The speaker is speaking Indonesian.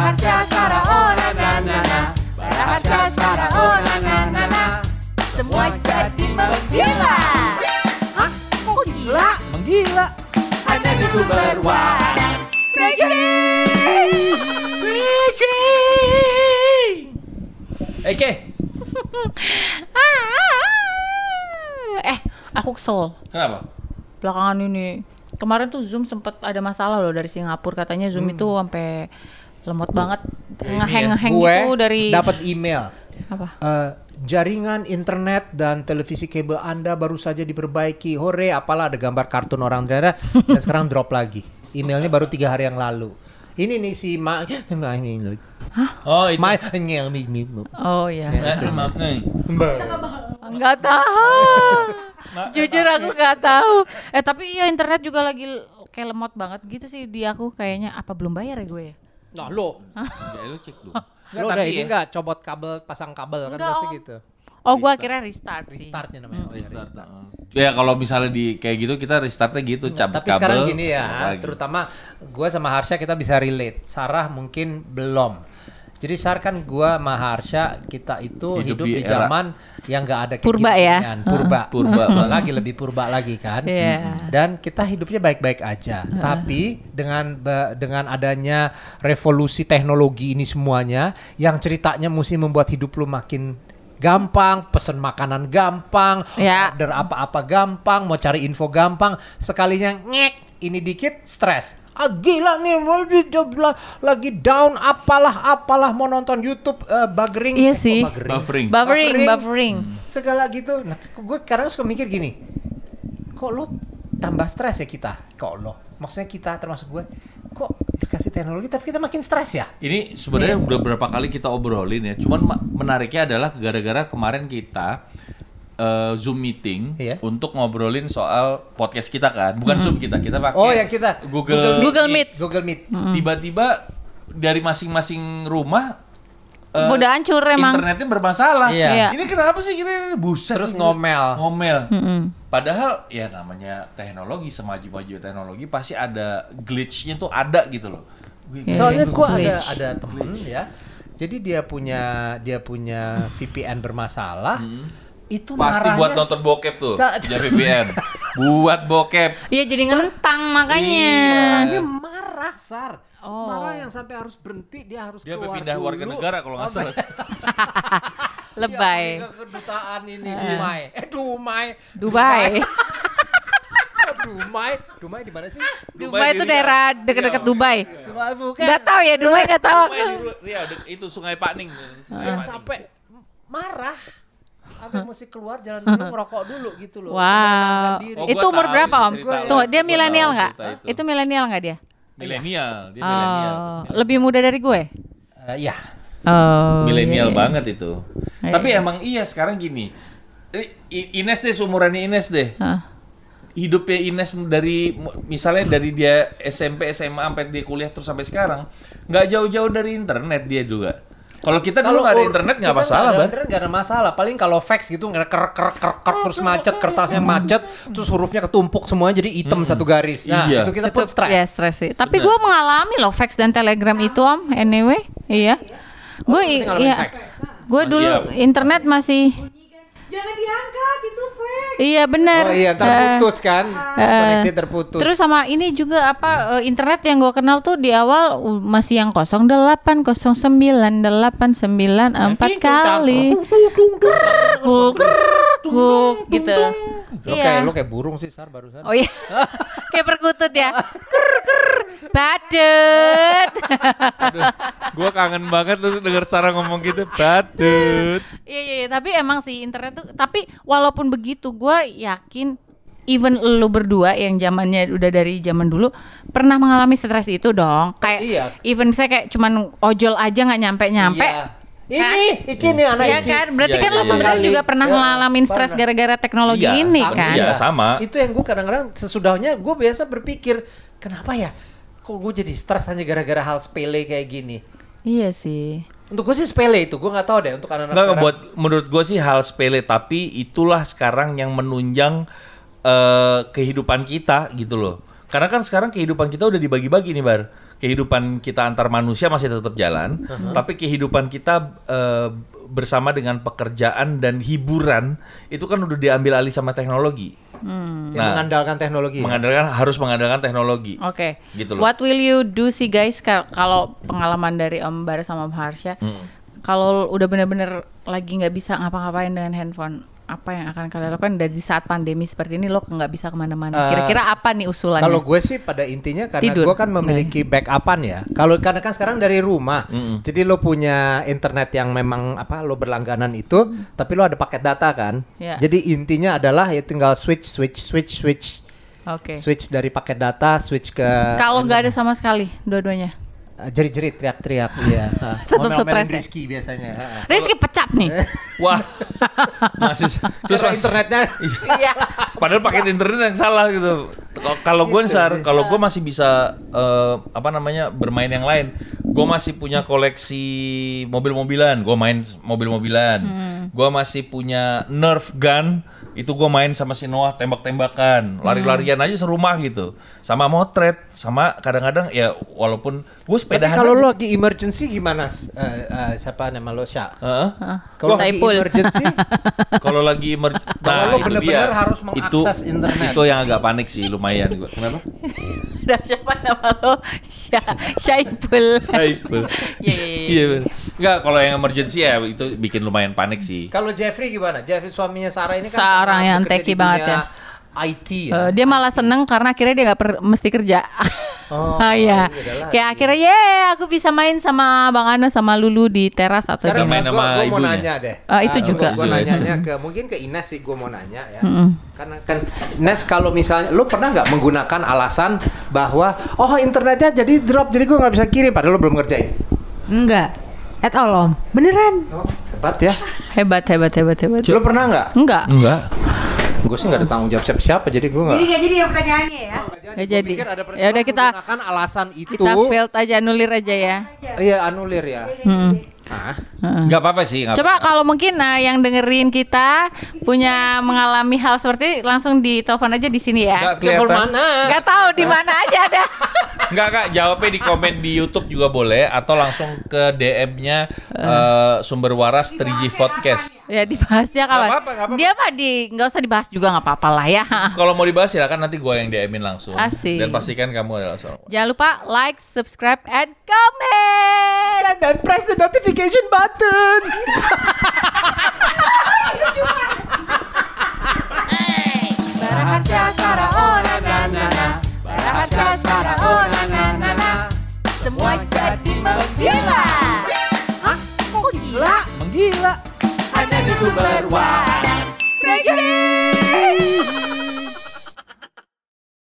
Baraharsha Sara oh na na na na. Baraharsha Sara oh na na na na. Semua jadi menggila. Hah? Kok gila? Menggila. Hanya di Sumber Waras. Oke. Aku kesel. Kenapa? Belakangan ini. Kemarin tuh Zoom sempet ada masalah loh dari Singapura. Katanya Zoom itu sampai lemot banget. Ngeheng gitu dari. Dapat email. Apa? Jaringan internet dan televisi kabel Anda baru saja diperbaiki. Hore, apalah ada gambar kartun orang dan sekarang drop lagi. Emailnya baru 3 hari yang lalu. Ini nih si Hah? Oh itu. Oh iya. Maaf nih. Nggak tahu. Jujur aku nggak tahu. Tapi iya internet juga lagi kayak lemot banget gitu sih di aku kayaknya. Apa belum bayar ya gue ya? Nah lo, Ya lu cek dulu. lo udah ini nggak cobot kabel, pasang kabel kan Enggak, pasti Om. gitu. Oh gue akhirnya restart sih. Restartnya namanya. Restart. Ya kalau misalnya di kayak gitu kita restartnya gitu cabut Tapi kabel. sekarang gini sama ya, lagi. terutama gue sama Harsha kita bisa relate. Sarah mungkin belum. Jadi Sarah kan gue sama Harsha kita itu Hidup hidup di di era zaman yang nggak ada Purba ya? kekinian. Purba Purba. lagi lebih purba lagi kan. Iya. Dan kita hidupnya baik-baik aja. Tapi dengan adanya revolusi teknologi ini semuanya, yang ceritanya mesti membuat hidup lu makin gampang, pesen makanan gampang, Ya. order apa-apa gampang, mau cari info gampang, sekalinya ngek, ini dikit stres. Gila nih lagi down apalah mau nonton YouTube buffering. Iya sih. Buffering. Buffering. Segala gitu. Nah, gue kadang suka mikir gini. Kok lo tambah stres ya kita? Kok lo? Maksudnya kita termasuk gue. Kok dikasih teknologi tapi kita makin stres ya? Ini sebenarnya udah berapa kali kita obrolin ya. Cuman menariknya adalah gara-gara kemarin kita Zoom meeting untuk ngobrolin soal podcast kita kan. Bukan Zoom kita pakai. Oh, yang kita Google Meet. Google Meet. Tiba-tiba dari masing-masing rumah Udah hancur emang. internetnya bermasalah. Iya. Ini kenapa sih kira buset? Terus ini ngomel. Padahal ya namanya teknologi, semaju-maju teknologi pasti ada glitch-nya tuh ada gitu loh. Soalnya gue Glitch. ada temen ya. Jadi dia punya VPN bermasalah. Itu Pasti marahnya buat nonton bokep tuh. Sa- Ya VPN. Buat bokep. Iya jadi ngentang makanya. Dia marah, Sar. Oh. Marah yang sampai harus berhenti, dia harus Dia keluar pindah dulu. warga negara kalau nggak salah. Lebay. Dia ke kedutaan ini Dumai. Dumai di mana sih? Dubai itu daerah deket-deket Dubai. Bukan. Nggak tahu ya Dubai nggak tahu aku. Itu Sungai Pakning. Sampai marah. Sampai mesti keluar jalan dulu ngerokok dulu gitu loh. Wow. Menenangkan diri. Oh, Itu gua umur tahu berapa sih Om? cerita Tuh itu. dia Gua milenial tahu nggak? cerita Itu milenial nggak dia? Milenial, dia milenial. Lebih muda dari gue. Iya. Oh. Milenial iya. banget itu. Iya. Tapi emang iya sekarang gini. Ines deh seumurannya Ines deh. Hah. Hidupnya Ines misalnya dari dia SMP, SMA sampai dia kuliah terus sampai sekarang nggak jauh-jauh dari internet dia juga. Kalau kita dulu nggak ada internet nggak masalah, Ban. Internet nggak ada masalah. Paling kalau fax gitu ker terus macet, kertasnya macet, terus hurufnya ketumpuk semuanya jadi hitam satu garis. Nah, Iya. itu kita pun stres. Ya stres sih. Tapi gue mengalami loh fax dan telegram itu Om. Anyway, iya. Gue ngalamin iya. fax? Gue dulu internet masih. Jangan diangkat itu fake. Iya benar. Oh iya, terputus kan. Koneksi terputus. Terus sama ini juga internet yang gue kenal tuh di awal masih yang 080989 4 kali. Kuk gitu. Lo kayak burung sih, Sar, barusan. Oh iya. Kayak perkutut ya. Badut. Gue kangen banget lu denger Sarah ngomong gitu, badut. Iya, tapi emang sih internet tuh. Tapi walaupun begitu, gue yakin even lu berdua yang zamannya udah dari zaman dulu pernah mengalami stres itu dong. Kayak Iya. even misalnya kayak cuman ojol aja nggak nyampe. Iya. Iki nih anak Iya iki. kan? Berarti Iya, kan iya, lu iya. sebenarnya juga pernah Iya, ngalamin stres pernah. gara-gara teknologi Iya, ini sama. kan? Iya, sama. Itu yang gue kadang-kadang sesudahnya gue biasa berpikir, kenapa ya? Kok gue jadi stres hanya gara-gara hal sepele kayak gini? Iya sih. Untuk gue sih sepele itu, gue nggak tahu deh untuk anak-anak Nggak, sekarang. menurut gue sih hal sepele, tapi itulah sekarang yang menunjang kehidupan kita gitu loh. Karena kan sekarang kehidupan kita udah dibagi-bagi nih, Bar. kehidupan kita antar manusia masih tetap jalan, tapi kehidupan kita bersama dengan pekerjaan dan hiburan itu kan udah diambil alih sama teknologi. Mengandalkan teknologi. Harus mengandalkan teknologi. Oke. Gitu loh. What will you do sih guys kalau pengalaman dari Om Bara sama Om Harsha? Kalau udah benar-benar lagi nggak bisa ngapa-ngapain dengan handphone, apa yang akan kalian lakukan di saat pandemi seperti ini? Lo nggak bisa kemana-mana. Kira-kira apa nih usulannya? Kalau gue sih pada intinya karena gue kan memiliki backupan ya. Karena kan sekarang dari rumah, jadi lo punya internet yang memang lo berlangganan itu, tapi lo ada paket data kan. Jadi intinya adalah ya tinggal switch. Switch dari paket data, switch ke. Kalau nggak ada sama sekali dua-duanya. Jerit-jerit, teriak-teriak, iya. Tetap stres. Rizky biasanya. Rizky pecat nih. Wah, masih terus internetnya. Iya. Padahal paket internet yang salah gitu. Kalau gue kalau gue masih bisa bermain yang lain. Gue masih punya koleksi mobil-mobilan. Gue main mobil-mobilan. Gue masih punya Nerf gun. Itu gue main sama si Noah tembak-tembakan, lari-larian aja serumah gitu, sama motret, sama kadang-kadang ya walaupun gue sepedahan. Tapi kalau lo lagi emergency gimana? Siapa nama lo Sya? Kalau lagi emergency? Kalau lagi lo bener-bener harus mengakses internet. Itu yang agak panik sih, lumayan gue. Kenapa? Dan siapa nama lo? Syaipul. Iya. Enggak, kalau yang emergency ya itu bikin lumayan panik sih. Kalau Jeffrey gimana? Jeffrey suaminya Sarah ini kan orang yang teki banget ya. IT ya. Dia malah seneng karena akhirnya dia nggak mesti kerja. Iya. Kayak akhirnya aku bisa main sama Bang Ano sama Lulu di teras atau di main sama ibunya. Gue mau nanya deh. Itu juga. Gue nanyanya mungkin ke Ines sih, gue mau nanya ya. Karena kan Ines, kalau misalnya lu pernah nggak menggunakan alasan bahwa internetnya jadi drop jadi gue nggak bisa kirim padahal lu belum ngerjain? Enggak. At all Om. Beneran. Hebat ya. Hebat. Lu pernah nggak? Enggak. Gue sih nggak ada tanggung jawab siapa jadi gue nggak. Jadi nggak jadi ya pertanyaannya ya? Nggak jadi. Ya udah kita gunakan alasan itu. Kita failed aja, anulir aja ya. Iya anulir ya. Nggak apa-apa sih. Coba kalau mungkin yang dengerin kita punya mengalami hal seperti langsung ditelepon aja di sini ya. Nggak kelihatan. Nggak tahu di mana aja ada. Enggak Kak, jawabnya di komen di YouTube juga boleh atau langsung ke DM-nya Sumber Waras 3G Podcast. Ya dibahasnya kapan? Nggak apa-apa. Dia mah nggak usah dibahas juga nggak apa-apa lah ya. Kalau mau dibahas silakan nanti gue yang DM-in langsung. Asik. Dan pastikan kamu adalah seorang. Jangan lupa like, subscribe, and comment. Dan press the notification button. Baraharsha Sarah oh na na na na. Baraharsha Sarah oh na na na na. Semua jadi menggila. Hah? Kok gila? Menggila. Hanya di Sumber Waras. Reggae.